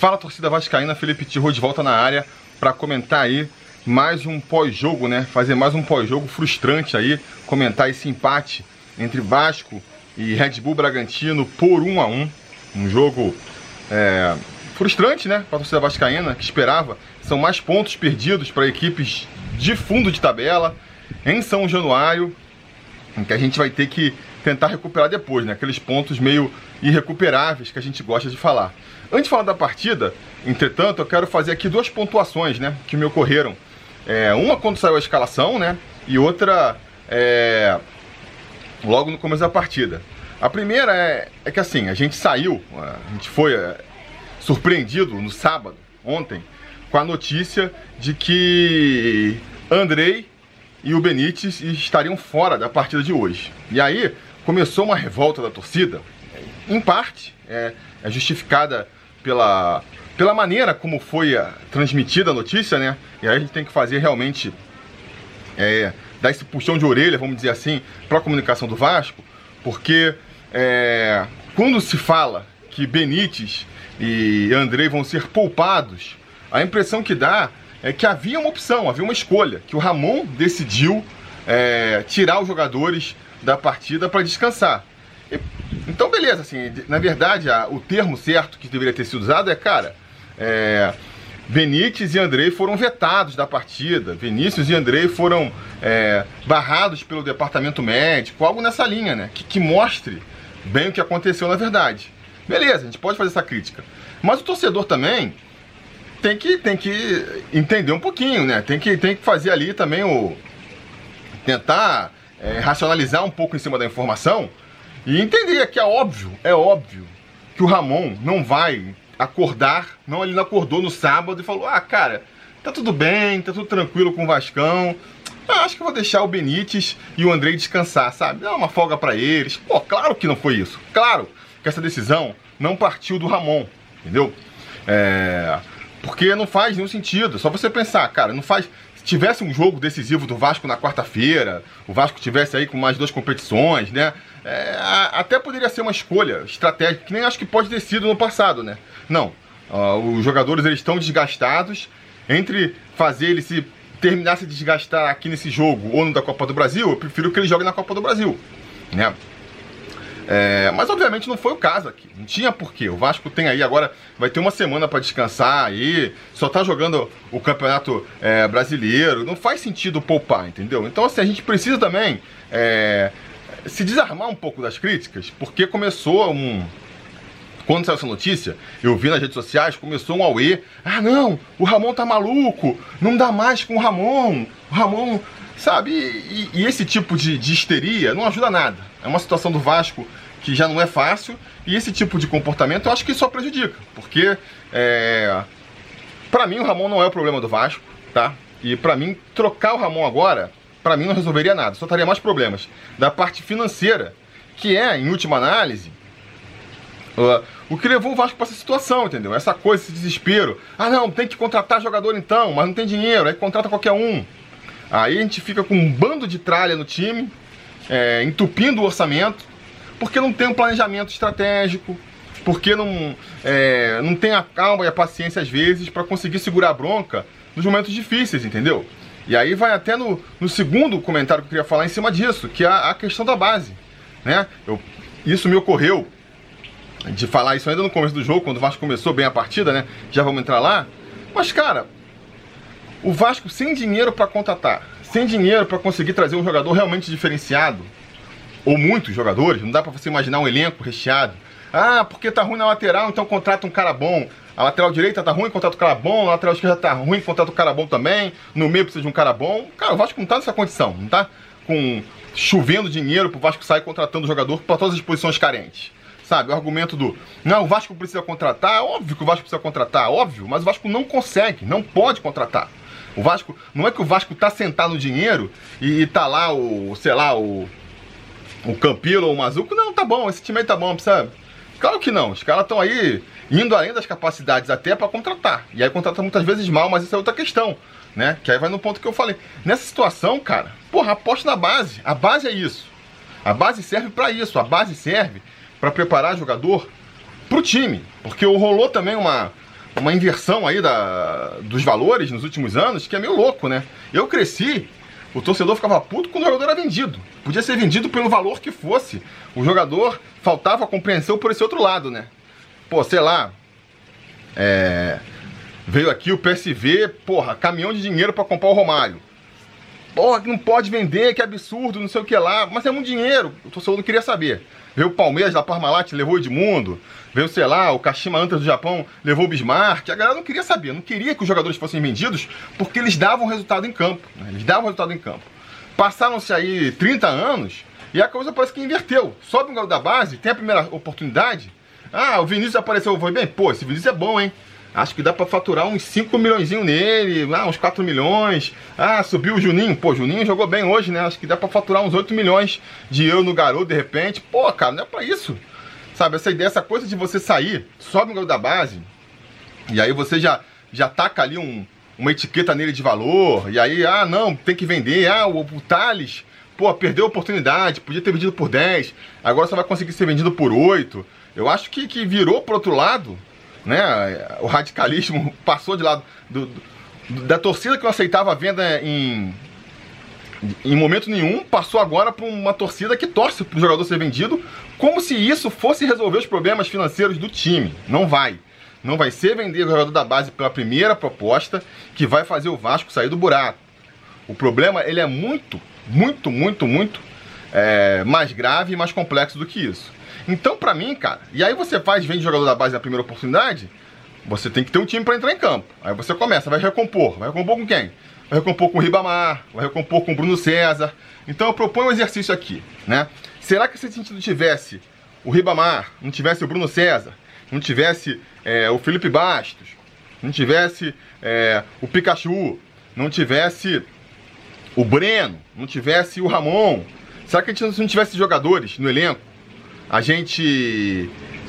Fala, torcida vascaína, Felipe Tirro de volta na área para comentar aí mais um pós-jogo, né? Fazer mais um pós-jogo frustrante aí, comentar esse empate entre Vasco e Red Bull Bragantino por 1-1. Um jogo frustrante, né? Para a torcida vascaína, que esperava. São mais pontos perdidos para equipes de fundo de tabela em São Januário, em que a gente vai ter que tentar recuperar depois, né? Aqueles pontos meio irrecuperáveis que a gente gosta de falar. Antes de falar da partida, entretanto, eu quero fazer aqui duas pontuações, né, que me ocorreram. Uma quando saiu a escalação, né, e outra logo no começo da partida. A primeira é que assim, a gente foi surpreendido no sábado, ontem, com a notícia de que Andrei e o Benítez estariam fora da partida de hoje. E aí começou uma revolta da torcida, em parte justificada pela maneira como foi transmitida a notícia, né? E aí a gente tem que fazer realmente dar esse puxão de orelha, vamos dizer assim, para a comunicação do Vasco, porque quando se fala que Benítez e Andrei vão ser poupados, a impressão que dá é que havia uma opção, havia uma escolha, que o Ramon decidiu tirar os jogadores da partida para descansar. Então beleza, assim, na verdade o termo certo que deveria ter sido usado Benítez e Andrei foram vetados da partida, Vinícius e Andrei foram barrados pelo departamento médico, algo nessa linha, né, que mostre bem o que aconteceu na verdade. Beleza, a gente pode fazer essa crítica, mas o torcedor também tem que entender um pouquinho, né, tem que fazer ali também tentar racionalizar um pouco em cima da informação e entender que é óbvio que o Ramon não vai acordar, ele não acordou no sábado e falou: ah, cara, tá tudo bem, tá tudo tranquilo com o Vascão, acho que eu vou deixar o Benítez e o Andrei descansar, sabe, dar uma folga pra eles. Pô, claro que não foi isso, claro que essa decisão não partiu do Ramon, entendeu? Porque não faz nenhum sentido, só você pensar, cara, não faz... Se tivesse um jogo decisivo do Vasco na quarta-feira, o Vasco tivesse aí com mais 2 competições, né? Até poderia ser uma escolha estratégica, que nem acho que pode ter sido no passado, né? Não, os jogadores eles estão desgastados. Entre fazer ele terminar se desgastar aqui nesse jogo ou no da Copa do Brasil, eu prefiro que ele jogue na Copa do Brasil, né? Mas obviamente não foi o caso aqui, não tinha porquê. O Vasco tem aí agora, vai ter uma semana para descansar aí, só tá jogando o Campeonato Brasileiro, não faz sentido poupar, entendeu? Então assim, a gente precisa também se desarmar um pouco das críticas, porque começou quando saiu essa notícia, eu vi nas redes sociais, começou um auê: ah não, o Ramon tá maluco, não dá mais com o Ramon, sabe? E esse tipo de histeria não ajuda nada. É uma situação do Vasco que já não é fácil, e esse tipo de comportamento eu acho que só prejudica, porque pra mim o Ramon não é o problema do Vasco, tá? E pra mim, trocar o Ramon agora, pra mim não resolveria nada, só estaria mais problemas da parte financeira, que em última análise, o que levou o Vasco para essa situação, entendeu? Essa coisa, esse desespero. Ah não, tem que contratar jogador então, mas não tem dinheiro, aí contrata qualquer um. Aí a gente fica com um bando de tralha no time, entupindo o orçamento, porque não tem um planejamento estratégico, porque não tem a calma e a paciência às vezes para conseguir segurar a bronca nos momentos difíceis, entendeu? E aí vai até no segundo comentário que eu queria falar em cima disso, que é a questão da base, né? Isso me ocorreu de falar isso ainda no começo do jogo, quando o Vasco começou bem a partida, né? Já vamos entrar lá. Mas, cara, o Vasco sem dinheiro para contratar, sem dinheiro para conseguir trazer um jogador realmente diferenciado, ou muitos jogadores, não dá para você imaginar um elenco recheado. Ah, porque tá ruim na lateral, então contrata um cara bom. A lateral direita tá ruim, contrata um cara bom. A lateral esquerda tá ruim, contrata um cara bom também. No meio precisa de um cara bom. Cara, o Vasco não tá nessa condição, não tá chovendo dinheiro pro Vasco sair contratando jogador para todas as posições carentes. Sabe, o argumento não, o Vasco precisa contratar, óbvio que o Vasco precisa contratar, óbvio, mas o Vasco não consegue, não pode contratar. O Vasco, não é que o Vasco tá sentado no dinheiro e tá lá o Campilo ou o Mazuco, não, tá bom, esse time aí tá bom, sabe? Claro que não, os caras estão aí indo além das capacidades até para contratar. E aí contrata muitas vezes mal, mas isso é outra questão, né? Que aí vai no ponto que eu falei. Nessa situação, cara, porra, aposta na base. A base é isso. A base serve para isso, a base serve para preparar jogador pro time, porque rolou também uma uma inversão aí dos valores nos últimos anos, que é meio louco, né? Eu cresci, o torcedor ficava puto quando o jogador era vendido. Podia ser vendido pelo valor que fosse. O jogador faltava compreensão por esse outro lado, né? Pô, sei lá, veio aqui o PSV, porra, caminhão de dinheiro pra comprar o Romário. Porra, que não pode vender, que absurdo, não sei o que lá. Mas é muito dinheiro, o torcedor não queria saber. Veio o Palmeiras da Parmalat, levou o Edmundo. Veio, sei lá, o Kashima Antlers do Japão, levou o Bismarck. A galera não queria saber, não queria que os jogadores fossem vendidos, porque eles davam resultado em campo, né? Eles davam resultado em campo. Passaram-se aí 30 anos e a coisa parece que inverteu. Sobe um garoto da base, tem a primeira oportunidade. Ah, o Vinícius apareceu, foi bem. Pô, esse Vinícius é bom, hein? Acho que dá pra faturar uns 5 milhõezinho nele, uns 4 milhões. Ah, subiu o Juninho. Pô, o Juninho jogou bem hoje, né? Acho que dá pra faturar uns 8 milhões de euros no garoto, de repente. Pô, cara, não é pra isso. Sabe, essa ideia, essa coisa de você sair, sobe um garoto da base, e aí você já taca ali uma etiqueta nele de valor, e aí, não, tem que vender. O Thales, pô, perdeu a oportunidade, podia ter vendido por 10, agora só vai conseguir ser vendido por 8. Eu acho que virou pro outro lado, né? O radicalismo passou de lado da torcida que não aceitava a venda em momento nenhum, passou agora para uma torcida que torce para o jogador ser vendido, como se isso fosse resolver os problemas financeiros do time. Não vai. Não vai ser vender o jogador da base pela primeira proposta que vai fazer o Vasco sair do buraco. O problema, ele é muito mais grave e mais complexo do que isso. Então, pra mim, cara, e aí você vende jogador da base na primeira oportunidade, você tem que ter um time pra entrar em campo. Aí você começa, vai recompor com quem? Vai recompor com o Ribamar, vai recompor com o Bruno César. Então eu proponho um exercício aqui, né? Será que se a gente não tivesse o Ribamar, não tivesse o Bruno César, não tivesse o Felipe Bastos, não tivesse o Pikachu, não tivesse o Breno, não tivesse o Ramon, será que a gente não tivesse jogadores no elenco, a gente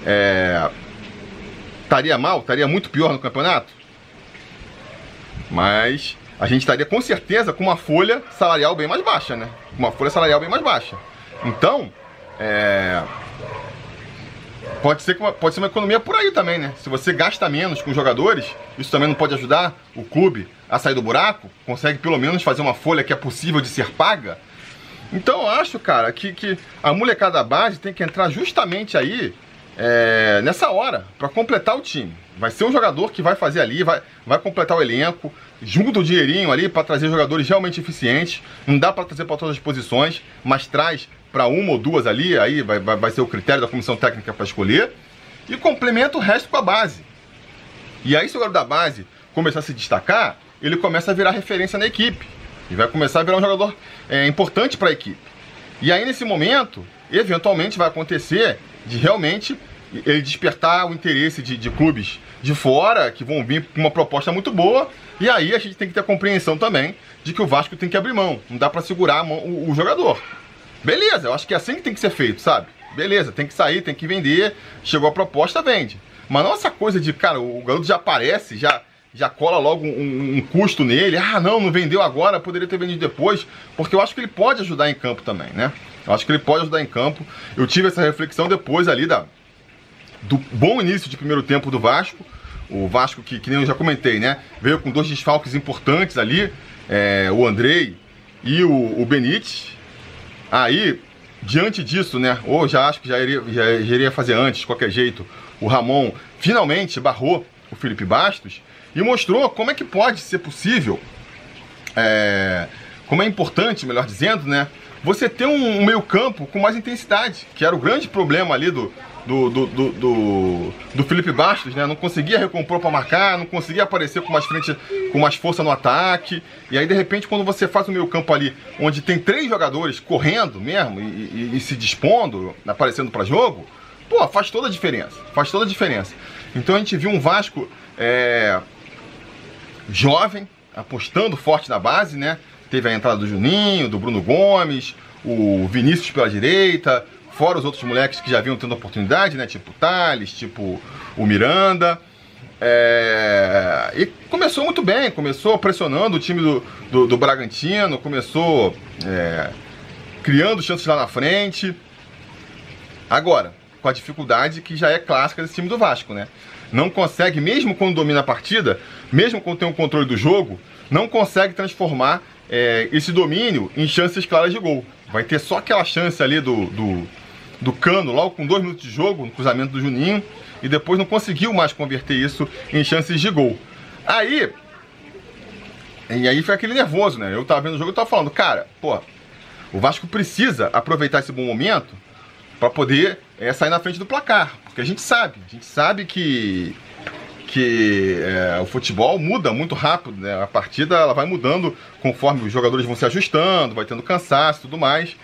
estaria mal, estaria muito pior no campeonato? Mas a gente estaria com certeza com uma folha salarial bem mais baixa, né? Uma folha salarial bem mais baixa. Então, pode ser uma economia por aí também, né? Se você gasta menos com jogadores, isso também não pode ajudar o clube a sair do buraco? Consegue pelo menos fazer uma folha que é possível de ser paga? Então eu acho, cara, que a molecada da base tem que entrar justamente aí nessa hora, para completar o time. Vai ser um jogador que vai fazer ali, vai completar o elenco, junta o dinheirinho ali para trazer jogadores realmente eficientes. Não dá para trazer para todas as posições, mas traz para uma ou duas ali, aí vai ser o critério da comissão técnica para escolher. E complementa o resto com a base. E aí, se o jogador da base começar a se destacar, ele começa a virar referência na equipe. E vai começar a virar um jogador importante para a equipe. E aí, nesse momento, eventualmente vai acontecer de realmente ele despertar o interesse de clubes de fora, que vão vir com uma proposta muito boa. E aí a gente tem que ter a compreensão também de que o Vasco tem que abrir mão. Não dá para segurar o jogador. Beleza, eu acho que é assim que tem que ser feito, sabe? Beleza, tem que sair, tem que vender. Chegou a proposta, vende. Mas não essa coisa de, cara, o garoto já aparece, já cola logo um custo nele. Não vendeu agora, poderia ter vendido depois. Porque eu acho que ele pode ajudar em campo também, né? Eu acho que ele pode ajudar em campo. Eu tive essa reflexão depois ali do bom início de primeiro tempo do Vasco. O Vasco que nem eu já comentei, né? Veio com 2 desfalques importantes ali. O Andrei e o Benítez. Aí, diante disso, né? Ou já acho que já iria fazer antes, de qualquer jeito. O Ramon finalmente barrou o Felipe Bastos e mostrou como é que pode ser possível, como é importante, melhor dizendo, né? Você ter um meio campo com mais intensidade, que era o grande problema ali do Felipe Bastos, né? Não conseguia recompor para marcar, não conseguia aparecer com mais força no ataque. E aí, de repente, quando você faz o meio campo ali, onde tem 3 jogadores correndo mesmo e se dispondo, aparecendo para jogo, pô, faz toda a diferença. Faz toda a diferença. Então a gente viu um Vasco jovem, apostando forte na base, né? Teve a entrada do Juninho, do Bruno Gomes, o Vinícius pela direita, fora os outros moleques que já vinham tendo oportunidade, né? Tipo o Thales, tipo o Miranda. E começou muito bem, começou pressionando o time do Bragantino, começou criando chances lá na frente. Agora, com a dificuldade que já é clássica desse time do Vasco, né? não consegue, mesmo quando domina a partida, mesmo quando tem o controle do jogo, não consegue transformar esse domínio em chances claras de gol. Vai ter só aquela chance ali do Cano, logo com 2 minutos de jogo, no cruzamento do Juninho, e depois não conseguiu mais converter isso em chances de gol. Aí foi aquele nervoso, né? Eu tava vendo o jogo e tava falando, cara, pô, o Vasco precisa aproveitar esse bom momento para poder sair na frente do placar. Porque a gente sabe que o futebol muda muito rápido, né? A partida ela vai mudando conforme os jogadores vão se ajustando, vai tendo cansaço e tudo mais.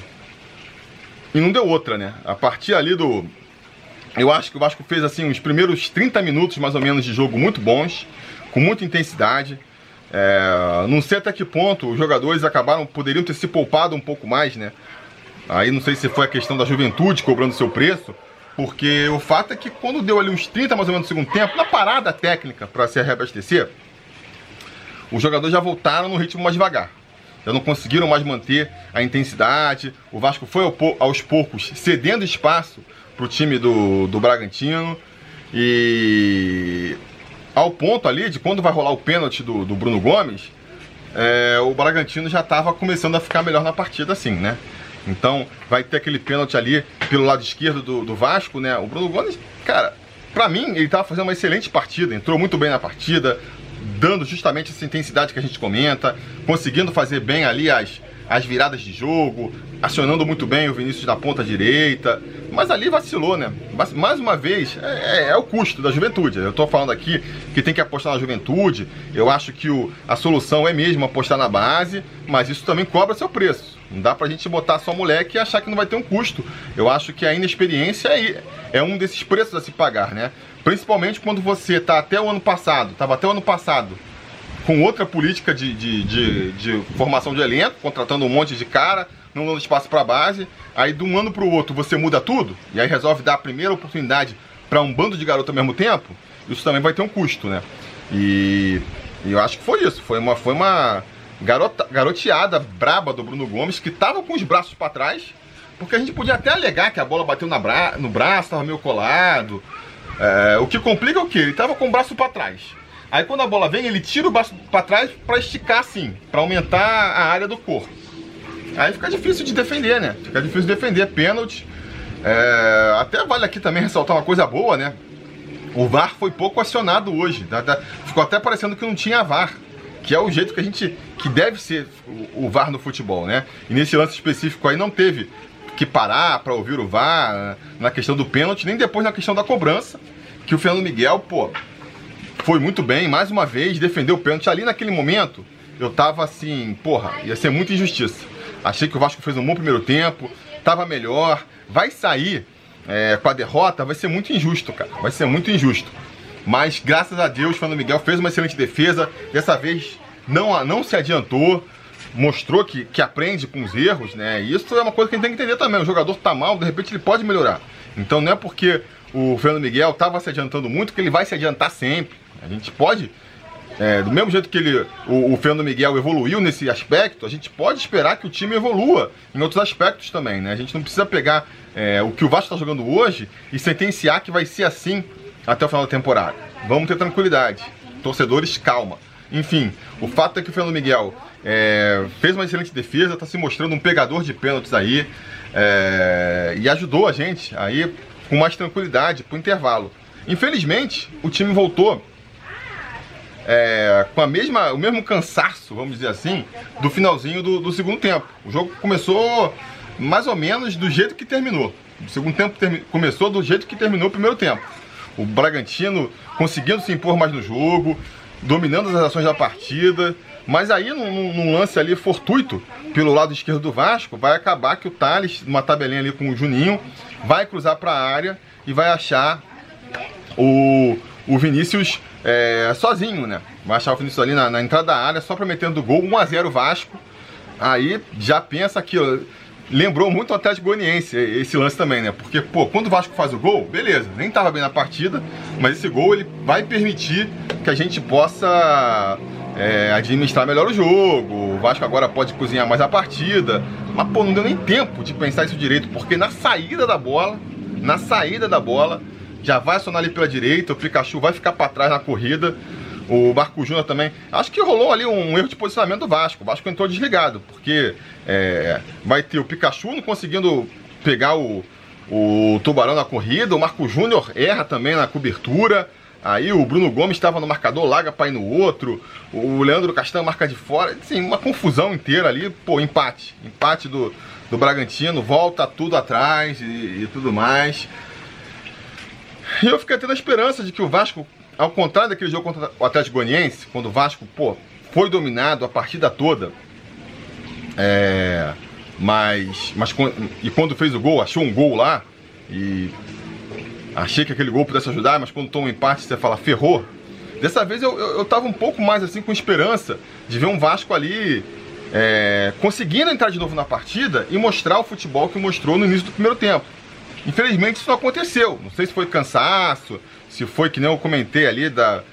E não deu outra, né? A partir ali eu acho que o Vasco fez assim os primeiros 30 minutos mais ou menos de jogo muito bons, com muita intensidade. Não sei até que ponto os jogadores poderiam ter se poupado um pouco mais, né? Aí não sei se foi a questão da juventude cobrando seu preço, porque o fato é que quando deu ali uns 30 mais ou menos no segundo tempo, na parada técnica para se reabastecer, os jogadores já voltaram no ritmo mais devagar. Já não conseguiram mais manter a intensidade. O Vasco foi aos poucos cedendo espaço para o time do Bragantino. E ao ponto ali de quando vai rolar o pênalti do Bruno Gomes, o Bragantino já estava começando a ficar melhor na partida, assim, né? Então vai ter aquele pênalti ali pelo lado esquerdo do Vasco, né? O Bruno Gomes, cara, pra mim ele estava fazendo uma excelente partida, entrou muito bem na partida, dando justamente essa intensidade que a gente comenta, conseguindo fazer bem ali as viradas de jogo, acionando muito bem o Vinícius na ponta direita, mas ali vacilou, né? Mais uma vez, é o custo da juventude. Eu tô falando aqui que tem que apostar na juventude, eu acho que a solução é mesmo apostar na base, mas isso também cobra seu preço. Não dá pra gente botar só moleque e achar que não vai ter um custo. Eu acho que a inexperiência é um desses preços a se pagar, né? Principalmente quando você estava até o ano passado com outra política de formação de elenco, contratando um monte de cara, não dando espaço para a base, aí de um ano para o outro você muda tudo, e aí resolve dar a primeira oportunidade para um bando de garoto ao mesmo tempo, isso também vai ter um custo, né? E eu acho que foi isso, foi uma garoteada braba do Bruno Gomes, que estava com os braços para trás, porque a gente podia até alegar que a bola bateu no braço, estava meio colado. O que complica é o que? Ele estava com o braço para trás. Aí quando a bola vem, ele tira o braço para trás para esticar assim, para aumentar a área do corpo. Aí fica difícil de defender, né? Fica difícil de defender, pênalti. Até vale aqui também ressaltar uma coisa boa, né? O VAR foi pouco acionado hoje. Ficou até parecendo que não tinha VAR, que é o jeito que deve ser o VAR no futebol, né? E nesse lance específico aí não teve que parar para ouvir o VAR na questão do pênalti, nem depois na questão da cobrança, que o Fernando Miguel, pô, foi muito bem, mais uma vez, defendeu o pênalti. Ali naquele momento, eu tava assim, porra, ia ser muita injustiça. Achei que o Vasco fez um bom primeiro tempo, tava melhor, vai sair com a derrota, vai ser muito injusto, cara, vai ser muito injusto. Mas, graças a Deus, o Fernando Miguel fez uma excelente defesa, dessa vez não se adiantou, mostrou que aprende com os erros, né? E isso é uma coisa que a gente tem que entender também. O jogador tá mal, de repente ele pode melhorar. Então não é porque o Fernando Miguel tava se adiantando muito que ele vai se adiantar sempre. A gente pode, do mesmo jeito que o Fernando Miguel evoluiu nesse aspecto, a gente pode esperar que o time evolua em outros aspectos também, né? A gente não precisa pegar o que o Vasco está jogando hoje e sentenciar que vai ser assim até o final da temporada. Vamos ter tranquilidade. Torcedores, calma. Enfim, o fato é que o Fernando Miguel fez uma excelente defesa, está se mostrando um pegador de pênaltis aí, e ajudou a gente aí com mais tranquilidade para o intervalo. Infelizmente, o time voltou com o mesmo cansaço, vamos dizer assim, do finalzinho do segundo tempo. O jogo começou mais ou menos do jeito que terminou. O segundo tempo começou do jeito que terminou o primeiro tempo. O Bragantino conseguindo se impor mais no jogo, dominando as ações da partida, mas aí num lance ali fortuito pelo lado esquerdo do Vasco, vai acabar que o Thales, numa tabelinha ali com o Juninho, vai cruzar para a área e vai achar o Vinícius sozinho, né? Vai achar o Vinícius ali na entrada da área, só prometendo o gol, 1-0 Vasco. Aí já pensa que lembrou muito o Atlético Goianiense esse lance também, né? Porque, pô, quando o Vasco faz o gol, beleza, nem tava bem na partida, mas esse gol ele vai permitir que a gente possa administrar melhor o jogo. O Vasco agora pode cozinhar mais a partida, mas, pô, não deu nem tempo de pensar isso direito, porque na saída da bola, já vai acionar ali pela direita, o Pikachu vai ficar para trás na corrida, o Marco Júnior também. Acho que rolou ali um erro de posicionamento do Vasco. O Vasco entrou desligado, porque vai ter o Pikachu não conseguindo pegar o Tubarão na corrida, o Marco Júnior erra também na cobertura, aí o Bruno Gomes estava no marcador, larga para ir no outro, o Leandro Castanho marca de fora, assim, uma confusão inteira ali, pô, empate do Bragantino, volta tudo atrás e tudo mais. E eu fiquei tendo a esperança de que o Vasco, ao contrário daquele jogo contra o Atlético Goianiense, quando o Vasco, pô, foi dominado a partida toda, e quando fez o gol, achou um gol lá, e achei que aquele gol pudesse ajudar, mas quando toma um empate você fala, ferrou. Dessa vez eu tava um pouco mais assim com esperança de ver um Vasco ali conseguindo entrar de novo na partida e mostrar o futebol que mostrou no início do primeiro tempo. Infelizmente isso não aconteceu. Não sei se foi cansaço, se foi que nem eu comentei ali,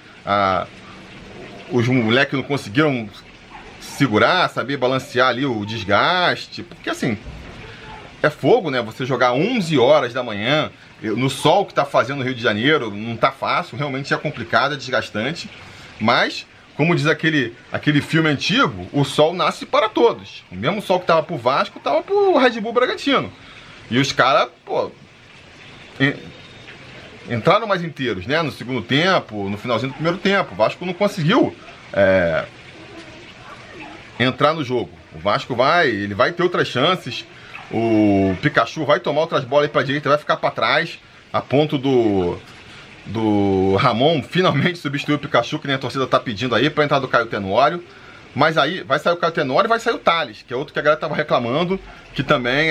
os moleques não conseguiram segurar, saber balancear ali o desgaste, porque assim, é fogo, né? Você jogar 11 horas da manhã, no sol que tá fazendo no Rio de Janeiro, não tá fácil, realmente é complicado, é desgastante, mas, como diz aquele filme antigo, o sol nasce para todos. O mesmo sol que tava pro Vasco, tava pro Red Bull Bragantino. E os caras, pô, entraram mais inteiros, né? No segundo tempo, no finalzinho do primeiro tempo. O Vasco não conseguiu entrar no jogo. O Vasco ele vai ter outras chances. O Pikachu vai tomar outras bolas aí pra direita, vai ficar pra trás, a ponto do Ramon finalmente substituir o Pikachu, que nem a torcida tá pedindo aí, pra entrar do Caio Tenório. Mas aí vai sair o Caio Tenório e vai sair o Thales, que é outro que a galera tava reclamando, que também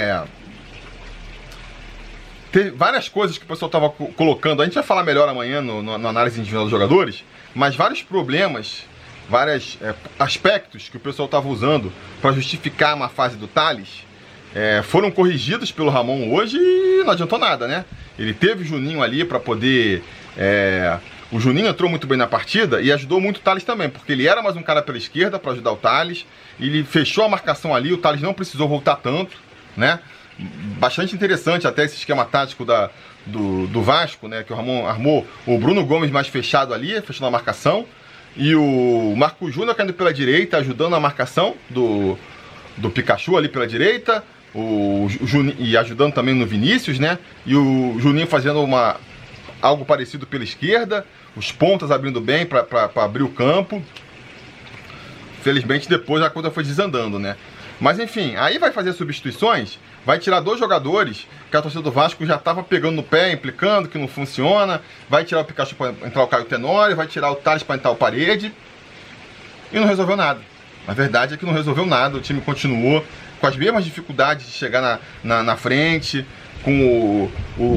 Tem várias coisas que o pessoal tava colocando, a gente vai falar melhor amanhã na análise individual dos jogadores, mas vários problemas, vários aspectos que o pessoal tava usando para justificar a má fase do Thales, foram corrigidos pelo Ramon hoje e não adiantou nada, né? Ele teve o Juninho ali para poder... o Juninho entrou muito bem na partida e ajudou muito o Thales também, porque ele era mais um cara pela esquerda para ajudar o Thales, ele fechou a marcação ali, o Thales não precisou voltar tanto, né? Bastante interessante até esse esquema tático do Vasco, né? Que o Ramon armou o Bruno Gomes mais fechado ali, fechando a marcação, e o Marco Júnior caindo pela direita, ajudando a marcação do Pikachu ali pela direita, e ajudando também no Vinícius, né? E o Juninho fazendo algo parecido pela esquerda, os pontas abrindo bem para abrir o campo. Felizmente depois a coisa foi desandando, né? Mas enfim, aí vai fazer substituições, vai tirar 2 jogadores que a torcida do Vasco já estava pegando no pé, implicando que não funciona, vai tirar o Pikachu para entrar o Caio Tenório, vai tirar o Thales para entrar o Parede, e não resolveu nada. A verdade é que não resolveu nada, o time continuou com as mesmas dificuldades de chegar na frente, com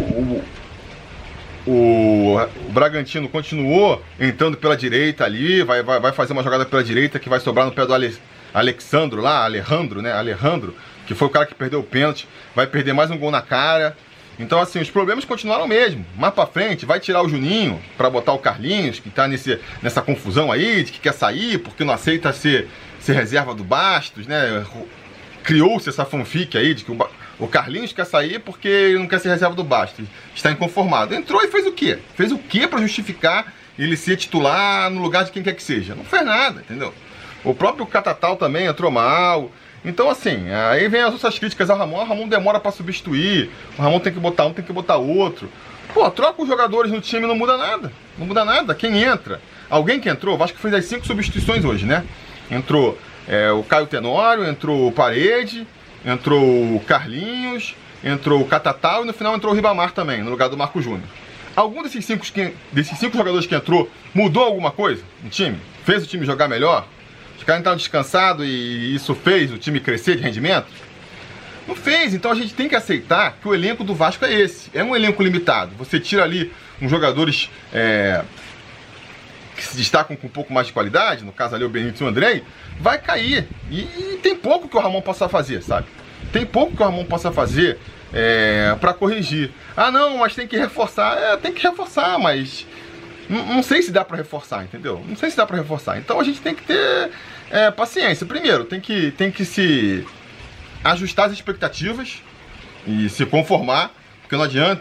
o Bragantino continuou entrando pela direita ali, vai fazer uma jogada pela direita que vai sobrar no pé do Alejandro, né? Alejandro, que foi o cara que perdeu o pênalti, vai perder mais um gol na cara. Então, assim, os problemas continuaram mesmo. Mais pra frente, vai tirar o Juninho pra botar o Carlinhos, que tá nessa confusão aí, de que quer sair, porque não aceita ser reserva do Bastos, né? Criou-se essa fanfic aí de que o Carlinhos quer sair porque ele não quer ser reserva do Bastos. Está inconformado. Entrou e fez o quê? Fez o quê pra justificar ele ser titular no lugar de quem quer que seja? Não fez nada, entendeu? O próprio Catatal também entrou mal. Então, assim, aí vem as outras críticas ao Ramon. O Ramon demora pra substituir. O Ramon tem que botar um, tem que botar outro. Pô, troca os jogadores no time, não muda nada. Não muda nada. Quem entra? Alguém que entrou, acho que fez as 5 substituições hoje, né? Entrou o Caio Tenório, entrou o Parede, entrou o Carlinhos, entrou o Catatal e no final entrou o Ribamar também, no lugar do Marco Júnior. Algum desses 5 jogadores que entrou mudou alguma coisa no time? Fez o time jogar melhor? Os caras entraram descansados e isso fez o time crescer de rendimento? Não fez, então a gente tem que aceitar que o elenco do Vasco é esse. É um elenco limitado. Você tira ali uns jogadores que se destacam com um pouco mais de qualidade, no caso ali o Benítez e o Andrei, vai cair. E tem pouco que o Ramon possa fazer, sabe? Tem pouco que o Ramon possa fazer para corrigir. Ah não, mas tem que reforçar. Tem que reforçar, mas não sei se dá para reforçar, entendeu? Não sei se dá para reforçar. Então a gente tem que ter paciência. Primeiro, tem que se ajustar as expectativas e se conformar, porque não adianta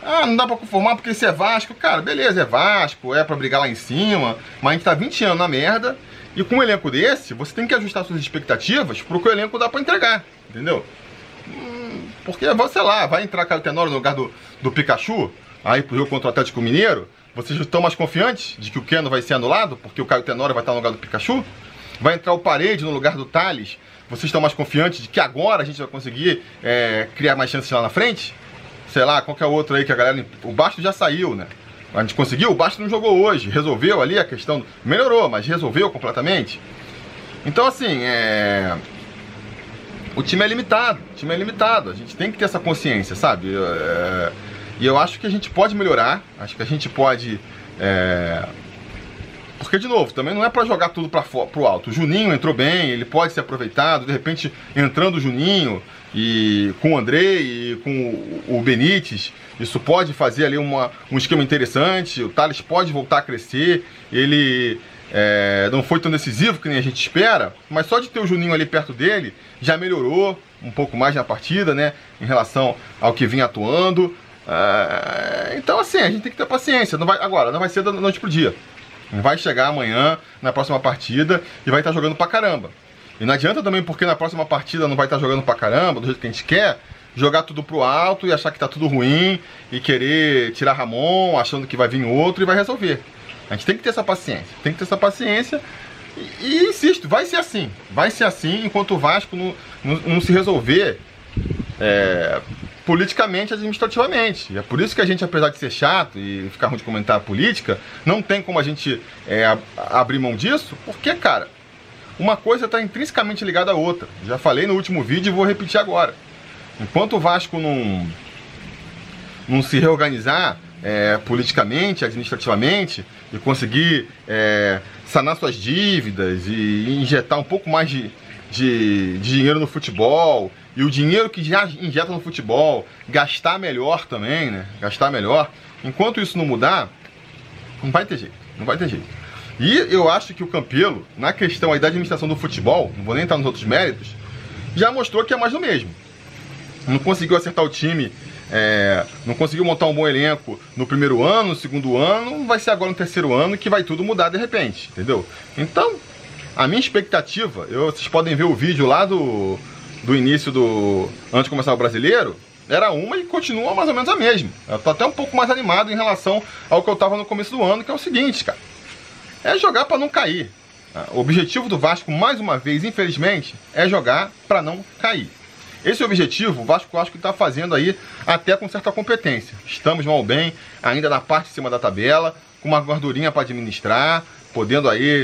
Ah, não dá pra conformar porque esse é Vasco. Cara, beleza, é Vasco, é pra brigar lá em cima, mas a gente tá 20 anos na merda, e com um elenco desse, você tem que ajustar suas expectativas pro que o elenco dá pra entregar, entendeu? Porque, sei lá, vai entrar Caio Tenório no lugar do Pikachu, aí pro jogo contra o Atlético Mineiro, vocês estão mais confiantes de que o Keno vai ser anulado, porque o Caio Tenório vai estar no lugar do Pikachu? Vai entrar o Parede no lugar do Thales, vocês estão mais confiantes de que agora a gente vai conseguir criar mais chances lá na frente? Sei lá, qualquer outro aí que a galera... O Basto já saiu, né? A gente conseguiu, o Basto não jogou hoje, resolveu ali a questão... Melhorou, mas resolveu completamente. Então, assim, o time é limitado, a gente tem que ter essa consciência, sabe? E eu acho que a gente pode melhorar, acho que a gente pode... Porque, de novo, também não é pra jogar tudo pro alto. O Juninho entrou bem, ele pode ser aproveitado, de repente, entrando o Juninho, e com o André e com o Benítez, isso pode fazer ali um esquema interessante, o Thales pode voltar a crescer, ele não foi tão decisivo que nem a gente espera, mas só de ter o Juninho ali perto dele, já melhorou um pouco mais na partida, né, em relação ao que vinha atuando. Então, assim, a gente tem que ter paciência, não vai ser da noite pro dia. Vai chegar amanhã, na próxima partida, e vai estar jogando pra caramba. E não adianta também, porque na próxima partida não vai estar jogando pra caramba, do jeito que a gente quer, jogar tudo pro alto e achar que tá tudo ruim, e querer tirar Ramon, achando que vai vir outro e vai resolver. A gente tem que ter essa paciência, e insisto, vai ser assim enquanto o Vasco não se resolver politicamente, administrativamente. E é por isso que a gente, apesar de ser chato e ficar ruim de comentar a política, não tem como a gente abrir mão disso, porque, cara, uma coisa está intrinsecamente ligada à outra. Já falei no último vídeo e vou repetir agora. Enquanto o Vasco não se reorganizar politicamente, administrativamente, e conseguir sanar suas dívidas e injetar um pouco mais de dinheiro no futebol, e o dinheiro que já injeta no futebol, gastar melhor também, né? Gastar melhor. Enquanto isso não mudar, não vai ter jeito. E eu acho que o Campelo, na questão aí da administração do futebol, não vou nem entrar nos outros méritos, já mostrou que é mais do mesmo. Não conseguiu acertar o time, não conseguiu montar um bom elenco no primeiro ano, no segundo ano, vai ser agora no terceiro ano que vai tudo mudar de repente, entendeu? Então, a minha expectativa, vocês podem ver o vídeo lá do início antes de começar o Brasileiro, era uma e continua mais ou menos a mesma. Eu tô até um pouco mais animado em relação ao que eu tava no começo do ano, que é o seguinte, cara. É jogar para não cair. O objetivo do Vasco, mais uma vez, infelizmente, é jogar para não cair. Esse objetivo, o Vasco, eu acho que está fazendo aí até com certa competência. Estamos mal ou bem, ainda na parte de cima da tabela, com uma gordurinha para administrar, podendo aí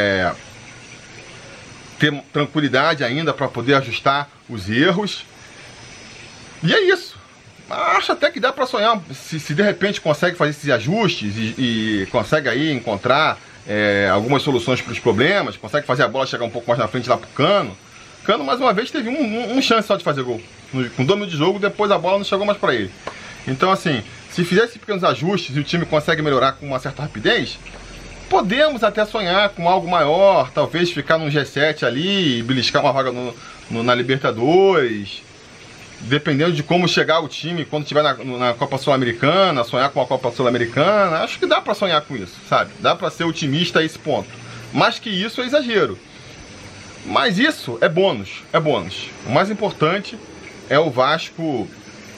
ter tranquilidade ainda para poder ajustar os erros. E é isso. Acho até que dá para sonhar, se de repente consegue fazer esses ajustes e consegue aí encontrar algumas soluções para os problemas, consegue fazer a bola chegar um pouco mais na frente lá pro Cano. Cano, mais uma vez, teve um chance só de fazer gol. Com 2 minutos de jogo, depois a bola não chegou mais para ele. Então, assim, se fizer esses pequenos ajustes e o time consegue melhorar com uma certa rapidez, podemos até sonhar com algo maior, talvez ficar num G7 ali, beliscar uma vaga na Libertadores, dependendo de como chegar o time quando estiver na Copa Sul-Americana, sonhar com a Copa Sul-Americana. Acho que dá pra sonhar com isso, sabe? Dá pra ser otimista a esse ponto. Mas que isso é exagero. Mas isso é bônus, O mais importante é o Vasco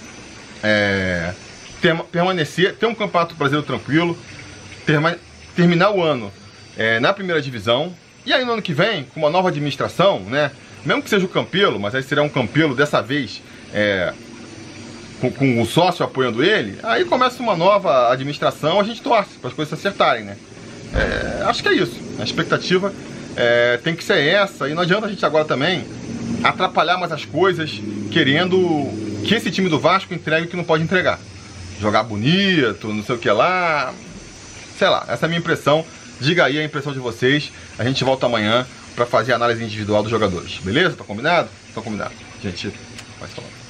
permanecer, ter um campeonato brasileiro tranquilo, terminar o ano na primeira divisão, e aí no ano que vem, com uma nova administração, né? Mesmo que seja o Campelo, mas aí será um Campelo dessa vez com o sócio apoiando ele, aí começa uma nova administração, a gente torce para as coisas se acertarem, né? Acho que é isso. A expectativa tem que ser essa, e não adianta a gente agora também atrapalhar mais as coisas, querendo que esse time do Vasco entregue o que não pode entregar. Jogar bonito, não sei o que lá, sei lá, essa é a minha impressão. Diga aí a impressão de vocês. A gente volta amanhã para fazer a análise individual dos jogadores. Beleza? Tá combinado? Tá combinado. Gente, vai falar.